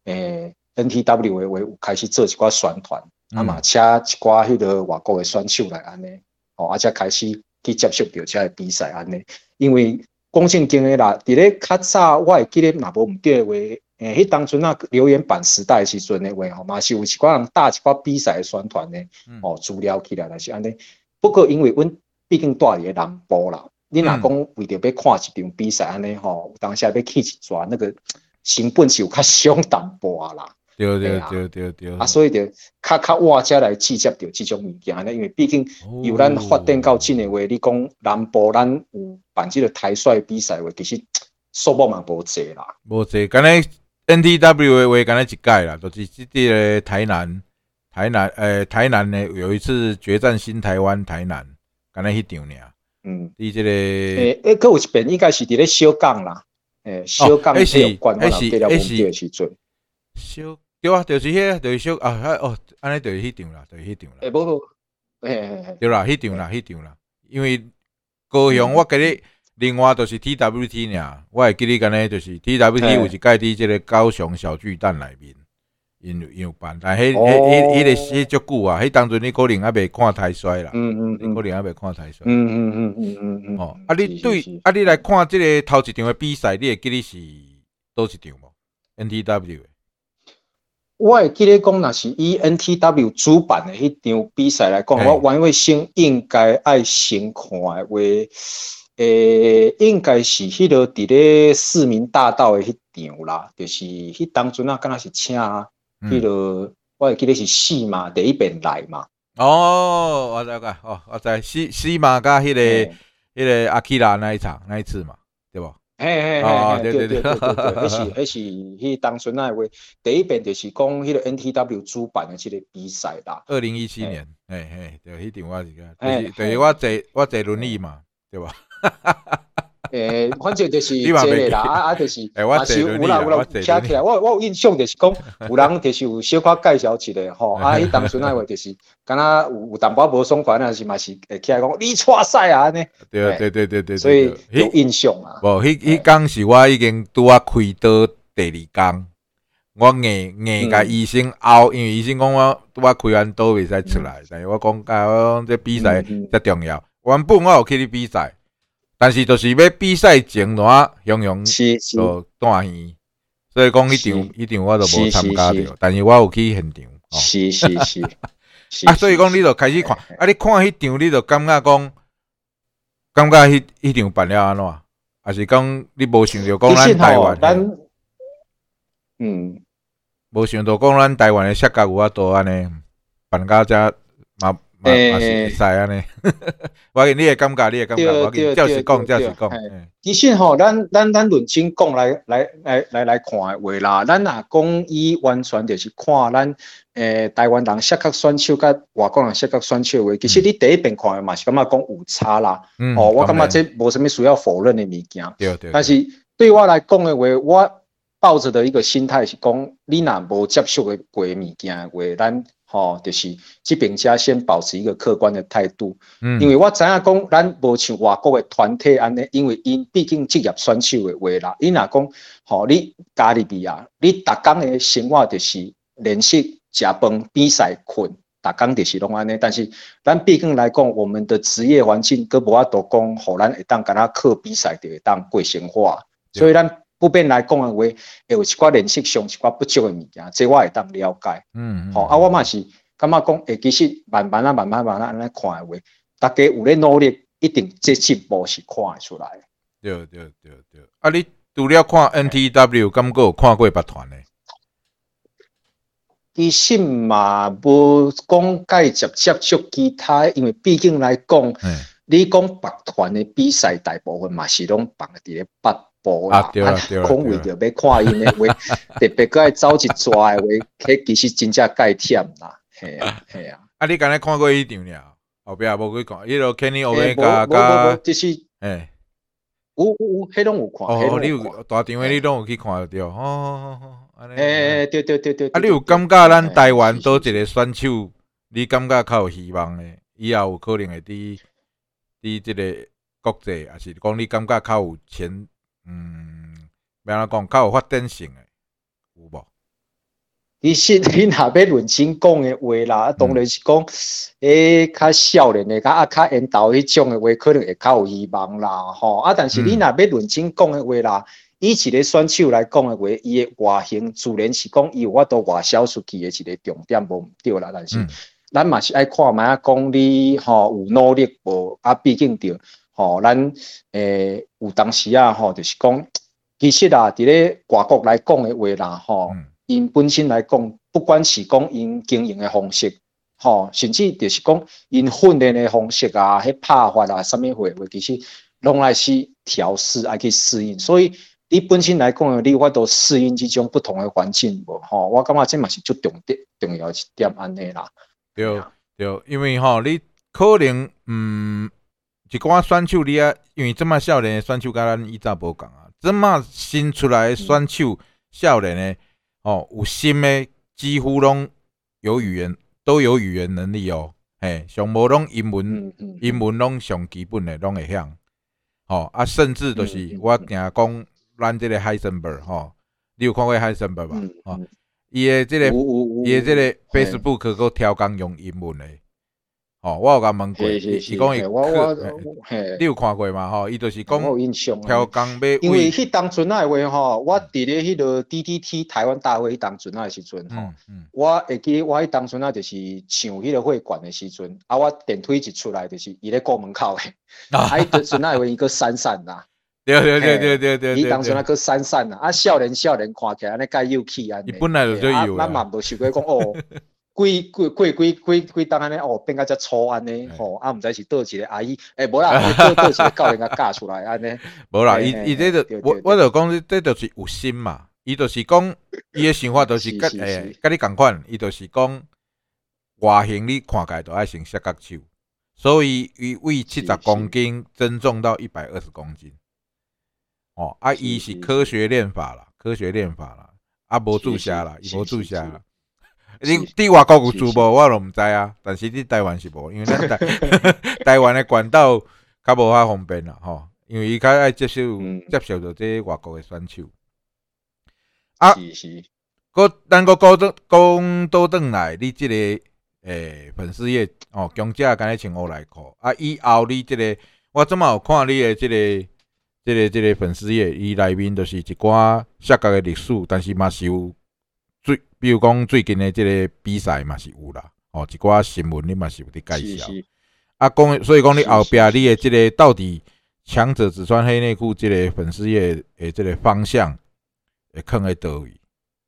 ，NTW 的话有开始做一寡宣传，啊嘛请一寡迄个外国的选手来安尼，吼，啊才开始去接触到这个比赛安尼，因为讲正经的啦，伫咧较早我会记得嘛无毋对的话。迄当阵啊，留言板时代时阵的话，吼嘛是有一寡人搭一寡比赛的宣传呢，资料起来是安尼。不过因为阮毕竟住伫南部啦，你若讲为着要看一场比赛安尼吼，有当时要去一抓那个成本是有较伤淡薄啊啦。 对。 啊，所以就较晚才来记接到即种物件呢，因为毕竟由咱发展到真的话，你讲南部咱有办即个台帅比赛话，其实数目嘛无济啦。 无济，敢若 NTW 的话，敢若一届啦，就是即个台南呢有一次决战新台湾台南，敢若迄场尔。伫即个佫有一遍应该是伫咧小港啦，小港体育馆，我记了问题的时阵。 小对啊，就是迄，就是小哦，安尼就是迄场啦，就是迄场啦。 无， 对啦，迄场啦，因为高雄我记得。另外就是 TWT 尔，我会记得敢若就是 TWT 有一届伫即个高雄小巨蛋内面，因有办，但迄个足久啊，迄当阵你可能还未看台衰啦，你可能还未看台衰，哦，啊你对，啊你来看即个头一场的比赛，你会记得是倒一场无 ？NTW 的， 我会记得讲，若是以 NTW 主办的迄场比赛来讲，我原本先应该爱先看的话。应该是迄个伫咧市民大道的迄场啦，就是迄当阵啊，敢若是请迄个，我会记得是四嘛，第一遍来嘛。 哦，我知个，哦，我知四嘛，甲迄个阿基拉那一次嘛，对不？ 对，迄是迄当阵啊话，第一遍就是讲迄个 NTW 主办的即个比赛啦。 2017年，对，迄场我是个，就是我坐轮椅嘛，对吧？ 反正就是这个啦，就是嘛是有人写起来，我有印象就是讲，有人就是有小可介绍一个吼，迄当阵那话就是敢若有淡薄无爽快，但是嘛是会起来讲你错赛啊安尼。 对， 所以有印象啊。 无，迄天是我已经拄啊开刀第2天，我硬甲医生拗，因为医生讲我拄啊开完刀袂使出来，但是我讲这比赛才重要。原本我有去比赛。但是就是要比赛前哪雄就断线，所以讲迄场我就无参加着，但是我有去现场。 是。 啊，所以讲你就开始看，啊，你看迄场你就感觉迄场办了安怎？还是讲你无想着讲咱台湾？无想到讲咱台湾的摔跤有法度安尼办到遮嘛是会使安尼。我你的感觉，我照实讲。 其实吼，咱论真讲来看的话啦，咱若讲以完全就是看咱台湾人摔跤选手甲外国人摔跤选手的话，其实你第一遍看的嘛是感觉讲有差啦。我感觉这无什么需要否认的物件。 对。 但是对我来讲的话，我抱着的一个心态是讲，你若无接触的过物件的话，咱。就是这边家先保持一个客观的态度，因为我知影讲，咱无像外国的团体安尼，因为因毕竟职业选手的话啦，你若讲，你加入去啊，你逐工的生活就是练习、食饭、比赛、困，逐工就是拢安尼。但是咱毕竟来讲，我们的职业环境佫无法度讲，互咱会当敢若靠比赛就会当过生活，所以咱。普遍来讲的话，会有一寡练习上一寡不足的物件，这我会当了解。我嘛是感觉讲，其实慢慢安尼看的话，大家有咧努力， 一定这进步是看得出来。 对。啊，你除了看 NTW， 敢有看过别团的？ 其实嘛，无讲介直接触其他，因为毕竟来讲，你讲别团的比赛大部分嘛是拢放伫咧北部啦， 对啦， 讲为着要看因的话，特别搁爱走一抓的话，迄其实真正介忝啦，系啊。 啊，你敢若看过迄场尔？后壁无去看，迄个 Kenny Omega 加就是有，迄拢有看。 哦，你有大场的，你拢有去看着安尼。 对。 啊，你有感觉咱台湾倒一个选手，你感觉较有希望的，以后有可能会伫即个国际，还是讲你感觉较有要安怎讲，较有发展性的，有无？ 其实你若要论真讲的话啦，当然是讲，较少年的，较缘投迄种的话，可能会较有希望啦，吼。啊，但是你若要论真讲的话啦，以一个选手来讲的话，伊的外形自然是讲伊有法度外销出去的一个重点，无毋对啦。但是咱嘛是爱看卖讲你吼有努力无？啊，毕竟着吼，咱有当时啊吼，就是讲，其实啊，伫咧外国来讲的话啦，吼。因本身来讲，不管是讲因经营的方式，吼，甚至就是讲因训练的方式啊，迄拍法啊，什么货，其实拢爱去调试，爱去适应。所以你本身来讲，你有法度适应这种不同的环境无？吼，我感觉这嘛是最重要一点安尼啦。 对，因为吼，你可能一寡选手你啊，因为这么少年的选手，甲咱以前无共啊，这么新出来的选手，少年的。有心的几乎拢都有语言能力哦，上无拢英文拢上基本的拢会晓，啊，甚至就是我惊讲咱这个海森伯你有看过海森伯吧？伊的这个 Facebook 佫超工用英文的。我有甲问过，伊讲你有看过嘛？伊就是讲挑工要， 因为迄当阵的话我伫咧迄个 DDT 台湾大会迄当阵的时阵我会记我迄当阵就是上迄个会馆的时阵，啊，我电梯一出来就是伊咧过门口的，迄当阵的伊个闪闪啦。 对， 伊当阵个闪闪啦，啊，少年看起来安尼介有气安尼。 伊本来就有咱嘛无想过讲哦。几当安尼变甲遮粗安尼吼，啊，毋知是倒一个阿姨，无啦，倒一个教练甲教出来安尼。 无啦，伊这个我就讲这就是有心嘛，伊就是讲伊的想法就是甲你共款，伊就是讲外形你看起来就爱成三角手，所以伊为70公斤增重到120公斤。啊，伊是科学练法啦，啊，无注射啦，伊无注射啦。你外国有做无？我都毋知啊。但是你台湾是无，因为咱台湾的管道较无遐方便啦，因为伊较爱接受到这外国的选手。啊，咱讲倒转来，你这个粉丝页强者敢若穿乌内裤啊，以后你这个我怎么有看你的这个粉丝页，伊内面就是一寡摔跤的历史，但是嘛是有。比如讲最近的这个比赛嘛是有啦，一寡新闻你嘛是有伫介绍。啊，所以讲你后壁你的这个到底强者只穿黑内裤这个粉丝页的这个方向会放在倒位？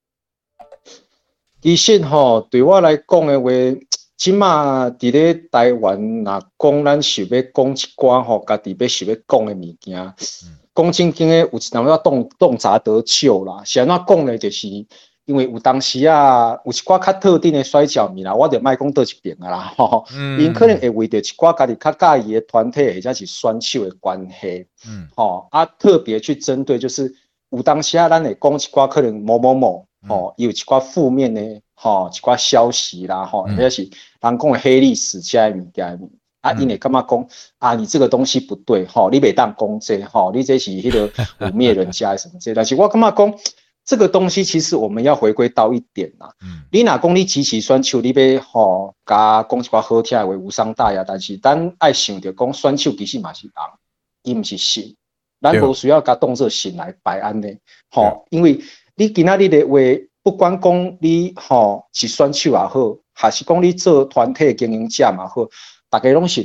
其实对我来讲的话，即马伫咧台湾，若讲咱想要讲一寡家己想要讲的物件，讲正经的有一人要洞察得手啦。是安怎讲呢？就是因为有当时啊，有一寡较特定的摔跤迷啦，我就莫讲倒一边啊啦，因可能会为着一寡家己较介意的团体或者是选手的关系，特别去针对，就是有当时啊，咱会讲一寡可能某，有一寡负面的，一寡消息啦，或者是人讲的黑历史这些物件，因会感觉讲啊，你这个东西不对，你袂当讲这，你这是迄个污蔑人家什么这，但是我感觉讲。这个东西其实我们要回归到一点啦，你若讲你支持选手，你要甲讲一寡好听的话无伤大雅，但是咱爱想着讲选手其实嘛是人，伊毋是神，咱无需要甲当作神来摆安尼，因为你今仔日的话，不管讲你是选手也好，还是讲你做团体经营者嘛好，大家拢是人，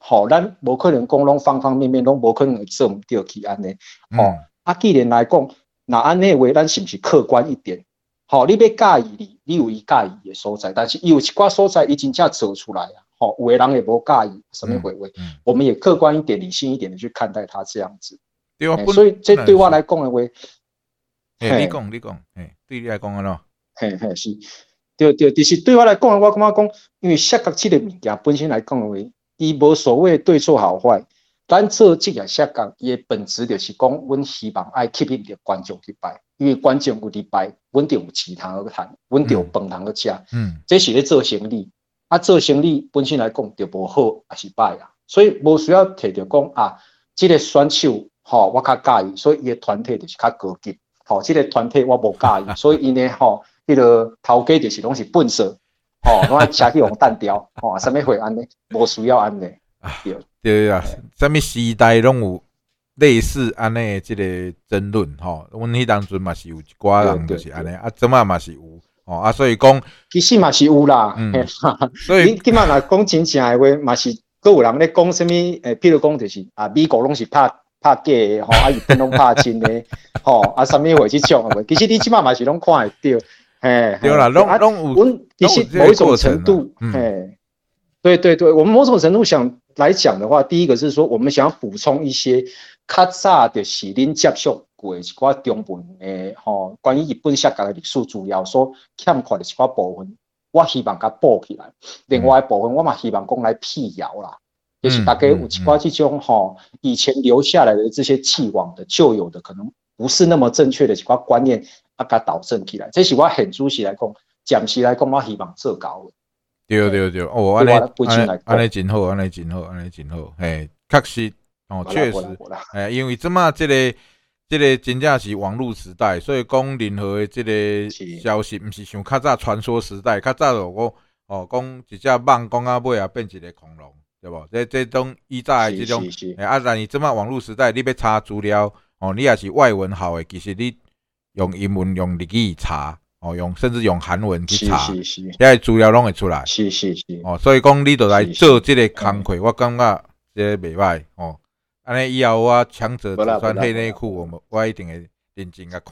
咱无可能讲拢方方面面拢无可能会做唔到去安尼，既然来讲，那安尼话，咱是不是客观一点？你要介意你有伊介意的所在，但是有一寡所在伊真正做出来啊，有的人也无介意，什么回味，我们也客观一点、理性一点的去看待它这样子。 对啊， 所以这对我来讲的话， 你讲，对你来讲咯， 是，对，就是对我来讲，我感觉讲，因为摔角这个物件本身来讲的话，伊无所谓对错好坏。咱做这个摔角，伊的本质就是讲，阮希望爱吸引着观众去拜，因为观众有伫拜，阮就有钱通去赚，阮就有饭通去食。这是咧做生意，做生意本身来讲就无好还是歹啊，所以无需要摕着讲这个选手我较介意，所以伊的团体就是较高级。这个团体我无介意，所以因呢迄个头家就是拢是笨色，拢爱车去用单调，啥物会安尼，无需要安尼。 对啊，什么时代拢有类似安尼的这个争论阮迄当阵嘛是有一寡人就是安尼，即马嘛是有所以讲其实嘛是有啦，所以你今仔若讲真正的话，嘛是各有人咧讲什么譬如讲就是美国拢是拍假的日本拢拍真的啥物话即种的，其实你即马嘛是拢看会到， 对啦，拢有， 其实某一种程度，对，我们某种程度想来讲的话，第一个是说，我们想要补充一些较早就是恁接触过一寡中文的关于日本摔角的历史资料所欠缺的一寡部分，我希望甲补起来。另外的部分，我嘛希望讲来辟谣啦，就是大家有一寡这种以前留下来的这些既往的旧有的可能不是那么正确的一寡观念，甲导正起来。这是我很主席来讲，暂时来讲，我希望做到的。 对，安尼真好，安尼真好，确实确实，因为即马这个真正是网络时代，所以讲任何的这个消息，毋是像较早传说时代，较早就讲讲一只蠓讲尾变一个恐龙，对无？这种以早的这种，但是即马网络时代，你要查资料，你也是外文好的，其实你用英文、用日语查。甚至用韩文去查，遐资料拢会出来。 是。 所以讲你就来做这个工课，我感觉这袂歹安尼以后我强者只穿黑内裤，我一定会认真甲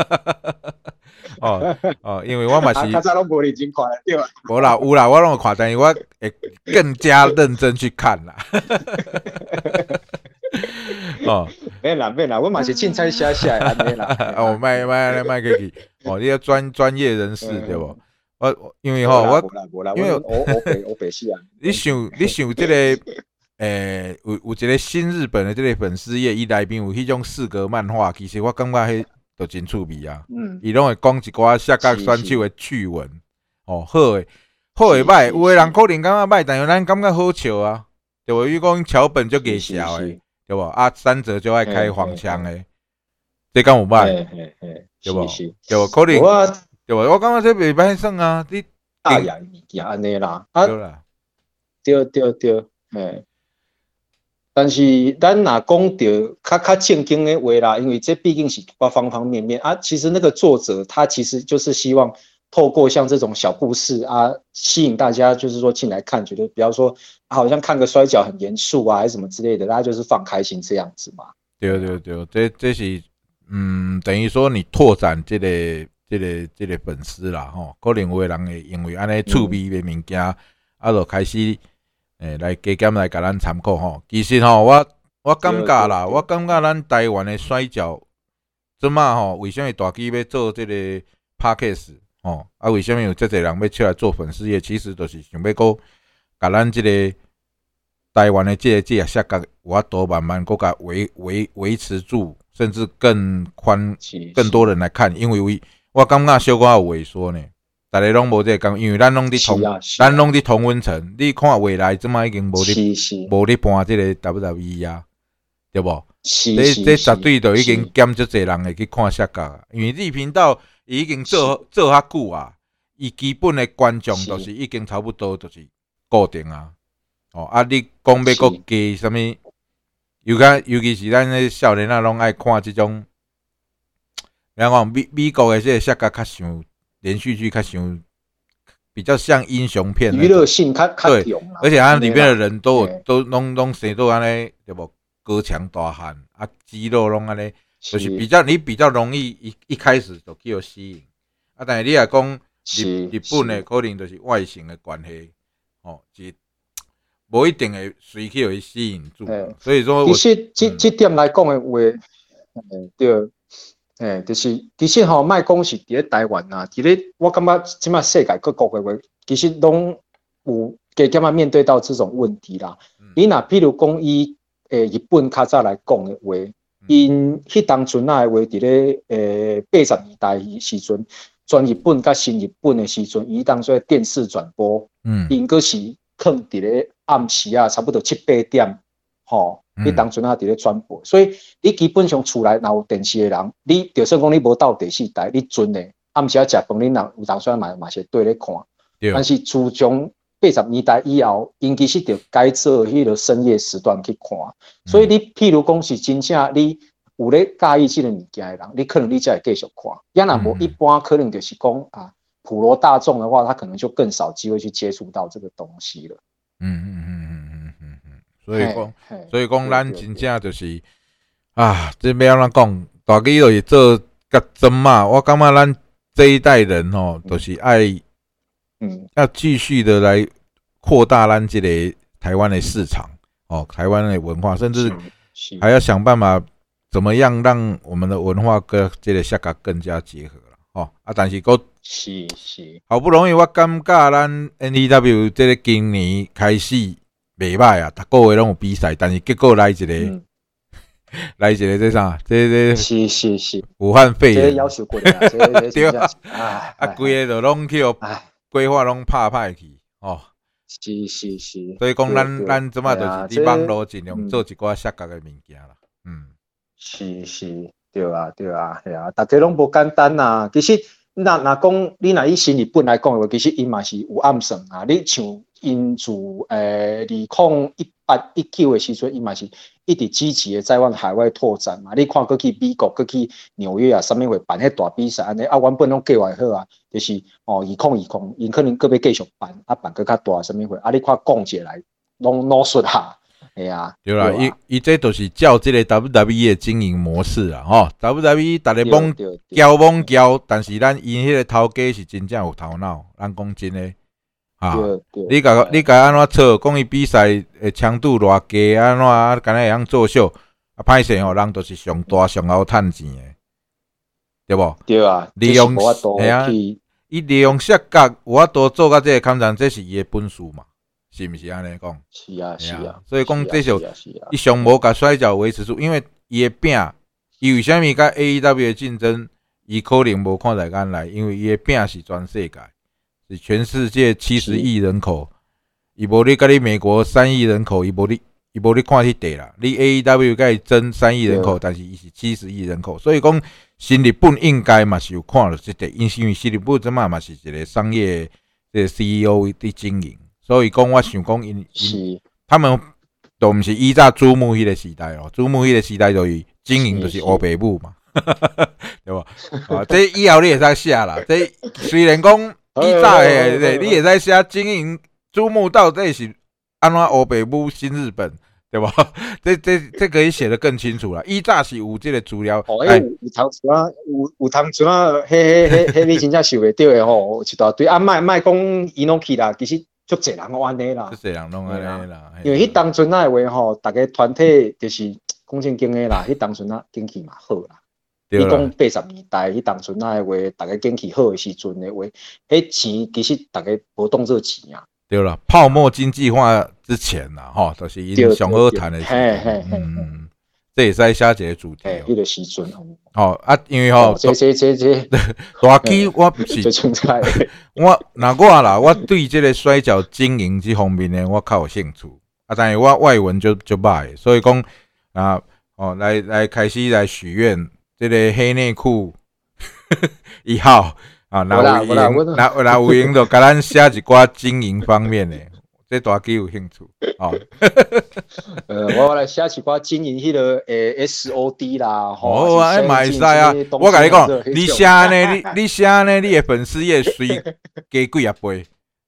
看。因为我嘛是， 较早拢无认真看对吧？ 无啦，有啦，我拢会看，但是我会更加认真去看啦。 免啦，我嘛是凊彩写安尼啦。 卖去。你要专业人士对不？因为因为我白死啊！ 你想这个有一个新日本的这个粉丝页，伊内面有迄种四格漫画，其实我感觉迄就真趣味啊。伊拢会讲一寡摔角选手的趣闻，好诶歹，有的人可能感觉歹，但是咱感觉好笑啊，对不？伊讲桥本就给笑诶，对不？三泽就爱开黄腔诶，这敢有歹？对不？对，可能对不？我感觉这袂歹算啊，你大洋物件安尼啦， 对啦， 对，但是咱若讲到较正经的话啦，因为这毕竟是方方面面其实那个作者他其实就是希望透过像这种小故事吸引大家，就是说进来看，觉得比方说好像看个摔跤很严肃还是什么之类的，大家就是放开心这样子嘛。 对，这是。等于说你拓展这个粉丝啦，可能有的人会因为安尼趣味的物件，就开始来加减来甲咱参考其实我感觉啦，我感觉咱台湾的摔跤，即马为什么大机要做这个 podcast 为什么有这侪人要出来做粉丝页？其实就是想要讲，甲咱这个台湾的这个摔角，有法度慢慢甲维持住。甚至更多人来看，因为我感觉小可有萎缩呢，大家拢无这个，因为咱拢伫同温层，你看未来即马已经无咧搬这个 WWE 啊，对不？这绝对就已经减足侪人会去看摔角，因为你频道已经做较久啊，伊基本的观众就是已经差不多就是固定啊，你讲要搁加什么？尤其是咱迄少年拢爱看即种，然后美国的这个摔角较像连续剧较像比较像英雄片娱乐性较对重啦， 而且它里面的人都嘿都拢生都安尼，对不？高强大汉啊，肌肉拢安尼，就是比较容易一开始就去互吸引啊。但是你若讲日本的可能就是外形的关系，哦，是无一定会随去互吸引住。所以说其实这点来讲的话，对。就是其实吼，莫讲是伫咧台湾呐，伫咧我感觉即马世界各国的话，其实拢有加减啊面对到这种问题啦。你若譬如讲以日本较早来讲的话，因迄当阵啊的话，伫咧80年代时阵，全日本甲新日本的时阵，伊当做电视转播，因个是放伫咧暗时啊，差不多7、8点。吼，你当阵啊伫咧转播，所以你基本上厝内若有电视的人，你就算讲你无斗第四台，你准的暗时啊食饭，你若有当算嘛是对咧看。但是自从80年代以后，因其实就改做迄个深夜时段去看。所以你譬如讲是真正你有咧介意即个物件的人，你可能你才会继续看。要若无一般可能就是讲啊，普罗大众的话，他可能就更少机会去接触到这个东西了。 所以讲，咱真正就是啊，这要安怎讲？大家就是做甲针嘛。我感觉咱这一代人吼，就是要继续的来扩大咱这个台湾的市场哦，台湾的文化，甚至还要想办法怎么样让我们的文化跟这个下个更加结合了哦啊！但是是好不容易，我感觉咱 NEW 这个今年开始。袂歹啊，逐个月拢有比赛，但是结果来一个这啥？这是武汉肺炎， 这要求过啦， 对啊，规个就拢去规划拢拍歹去哦。 是， 所以讲咱即马就是网络尽量做一寡适合的物件啦。 是，对啊，系啊，大家拢无简单呐。其实若讲你若以新日本来讲的话，其实因嘛是有暗算啊。你像因自2018、19的时阵，伊嘛是一直积极的在往海外拓展嘛。你看过去美国、过去纽约啊，啥物会办迄大比赛安尼啊，原本拢计划好啊，就是2020，因可能搁要继续办啊，办搁较大啥物会啊？你看讲起来拢努力下，系啊。 对啦，伊这就是照这个 WWE 的经营模式啊，吼 WWE 逐个猛叫，但是咱因迄个头家是真正有头脑，咱讲真诶。啊！你甲安怎做？讲伊比赛诶强度偌低，安怎啊？敢若会晓作秀啊？歹势吼，人都是上大上好趁钱诶，对无？ 对啊， 利用系啊，伊利用色角有法度做到这个抗战，这是伊诶本事嘛？是毋是安尼讲？ 是啊。 所以讲这就伊上无甲摔跤维持住，因为伊诶饼，伊为虾米甲 AEW 诶竞争，伊可能无看在眼内，因为伊诶饼是全世界。是全世界70亿人口，伊无你甲你美国3亿人口，伊无你看迄地啦。你 AEW 甲伊争3亿人口，但是伊是70亿人口，所以讲新日本应该嘛是有看了这地，因为新日本即马嘛是一个商业这个 CEO 的经营，所以讲我想讲他们都毋是依照珠穆迄个时代咯，珠穆迄个时代就是经营就是黑白母嘛，对吧？啊，这以后你会使写啦，这虽然讲。以早诶，你也在写经营珠穆到底是安怎欧北部新日本，对吧？这可以写得更清楚了。以早是有这个资料， 有当初啊，有当初啊，迄你真正想袂到诶吼，一大堆啊，莫讲伊拢去啦，其实足侪人拢安尼啦， 足侪人拢安尼啦。 因为迄当初啊诶话吼，大家团体就是讲正经诶啦，迄当初啊景气嘛好啦。你讲80年代，迄当阵啊话，大家景气好的时阵的话，迄钱其实大家无当做钱啊。 对啦，泡沫经济化之前啦，吼，就是因上好谈的时阵，这也是写一个主题。 迄个时阵， 啊，因为这大机我不是我对这个摔跤经营这方面呢，我较有兴趣啊，但是我外文就歹，所以讲啊，来开始来许愿。这个黑内裤1号啊，那有闲就甲咱写一寡经营方面的，这大家有兴趣哦。 我来写一寡经营迄个SOD 啦， 吼。哦，嘛会使啊。我甲你讲，你写呢，你的粉丝页随加几啊倍，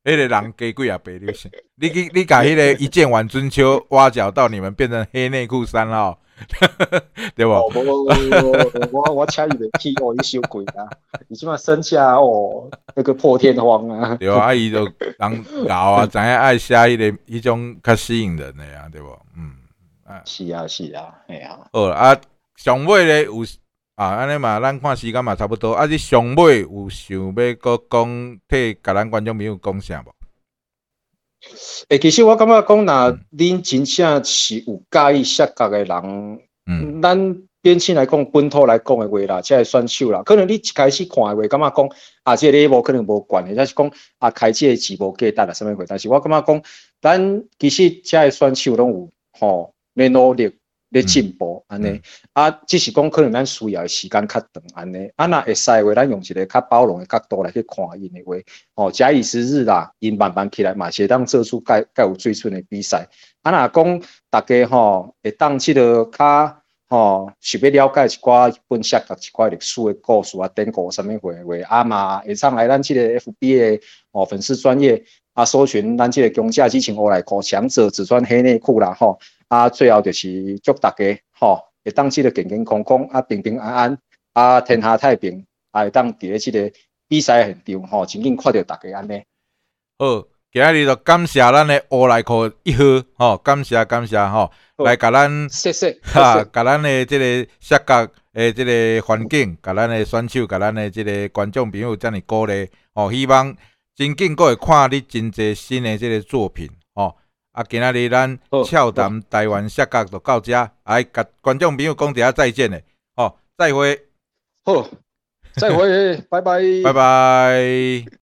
迄个人加几啊倍流行。你甲迄个一剑晚春秋挖角到你们变成黑内裤3号，对不？ 我请伊袂起哦，伊伤贵啊！伊即马身价哦，那个破天荒啊！ 对啊，伊就人老啊，知影爱写迄种较吸引人的啊，对不？ 是啊，哎呀。 好啊，上尾咧有安尼嘛，咱看时间嘛差不多。你上尾有想要搁讲替甲咱观众朋友讲啥无？ 其实我感觉讲，若恁真正是有介意摔角的人，咱变性来讲，本土来讲的话啦，才会选手啦。可能你一开始看的话，感觉讲这个礼物可能无悬的，但是讲开这个钱无价值啊，什么货？但是我感觉讲，咱其实这个选手拢有咧努力。咧进步安尼，只是讲可能咱需要的时间较长安尼，若会使的话，咱用一个较包容的角度来去看因的话，假以时日啦，因慢慢起来嘛，是当做出介有水准的比赛。若讲大家会当即个较想要了解一寡本色甲一寡历史的故事典故什么话嘛，会上来咱即个 FB 的粉丝专页搜寻咱即个强者激情欧莱口强者只穿黑内裤啦最后就是祝大家会当即个健健康康平平安安天下太平会当伫咧即个比赛现场真紧看到大家安尼。 好，今日就感谢咱的欧莱酷1号感谢来甲咱谢谢甲咱的即个摔角的即个环境，甲咱的选手，甲咱的即个观众朋友遮尔鼓励希望真紧阁会看你真侪新的即个作品今仔日咱俏谈台湾摔角就到遮，来甲观众朋友讲一下再见嘞，再会。 好，再会，拜拜， 拜拜。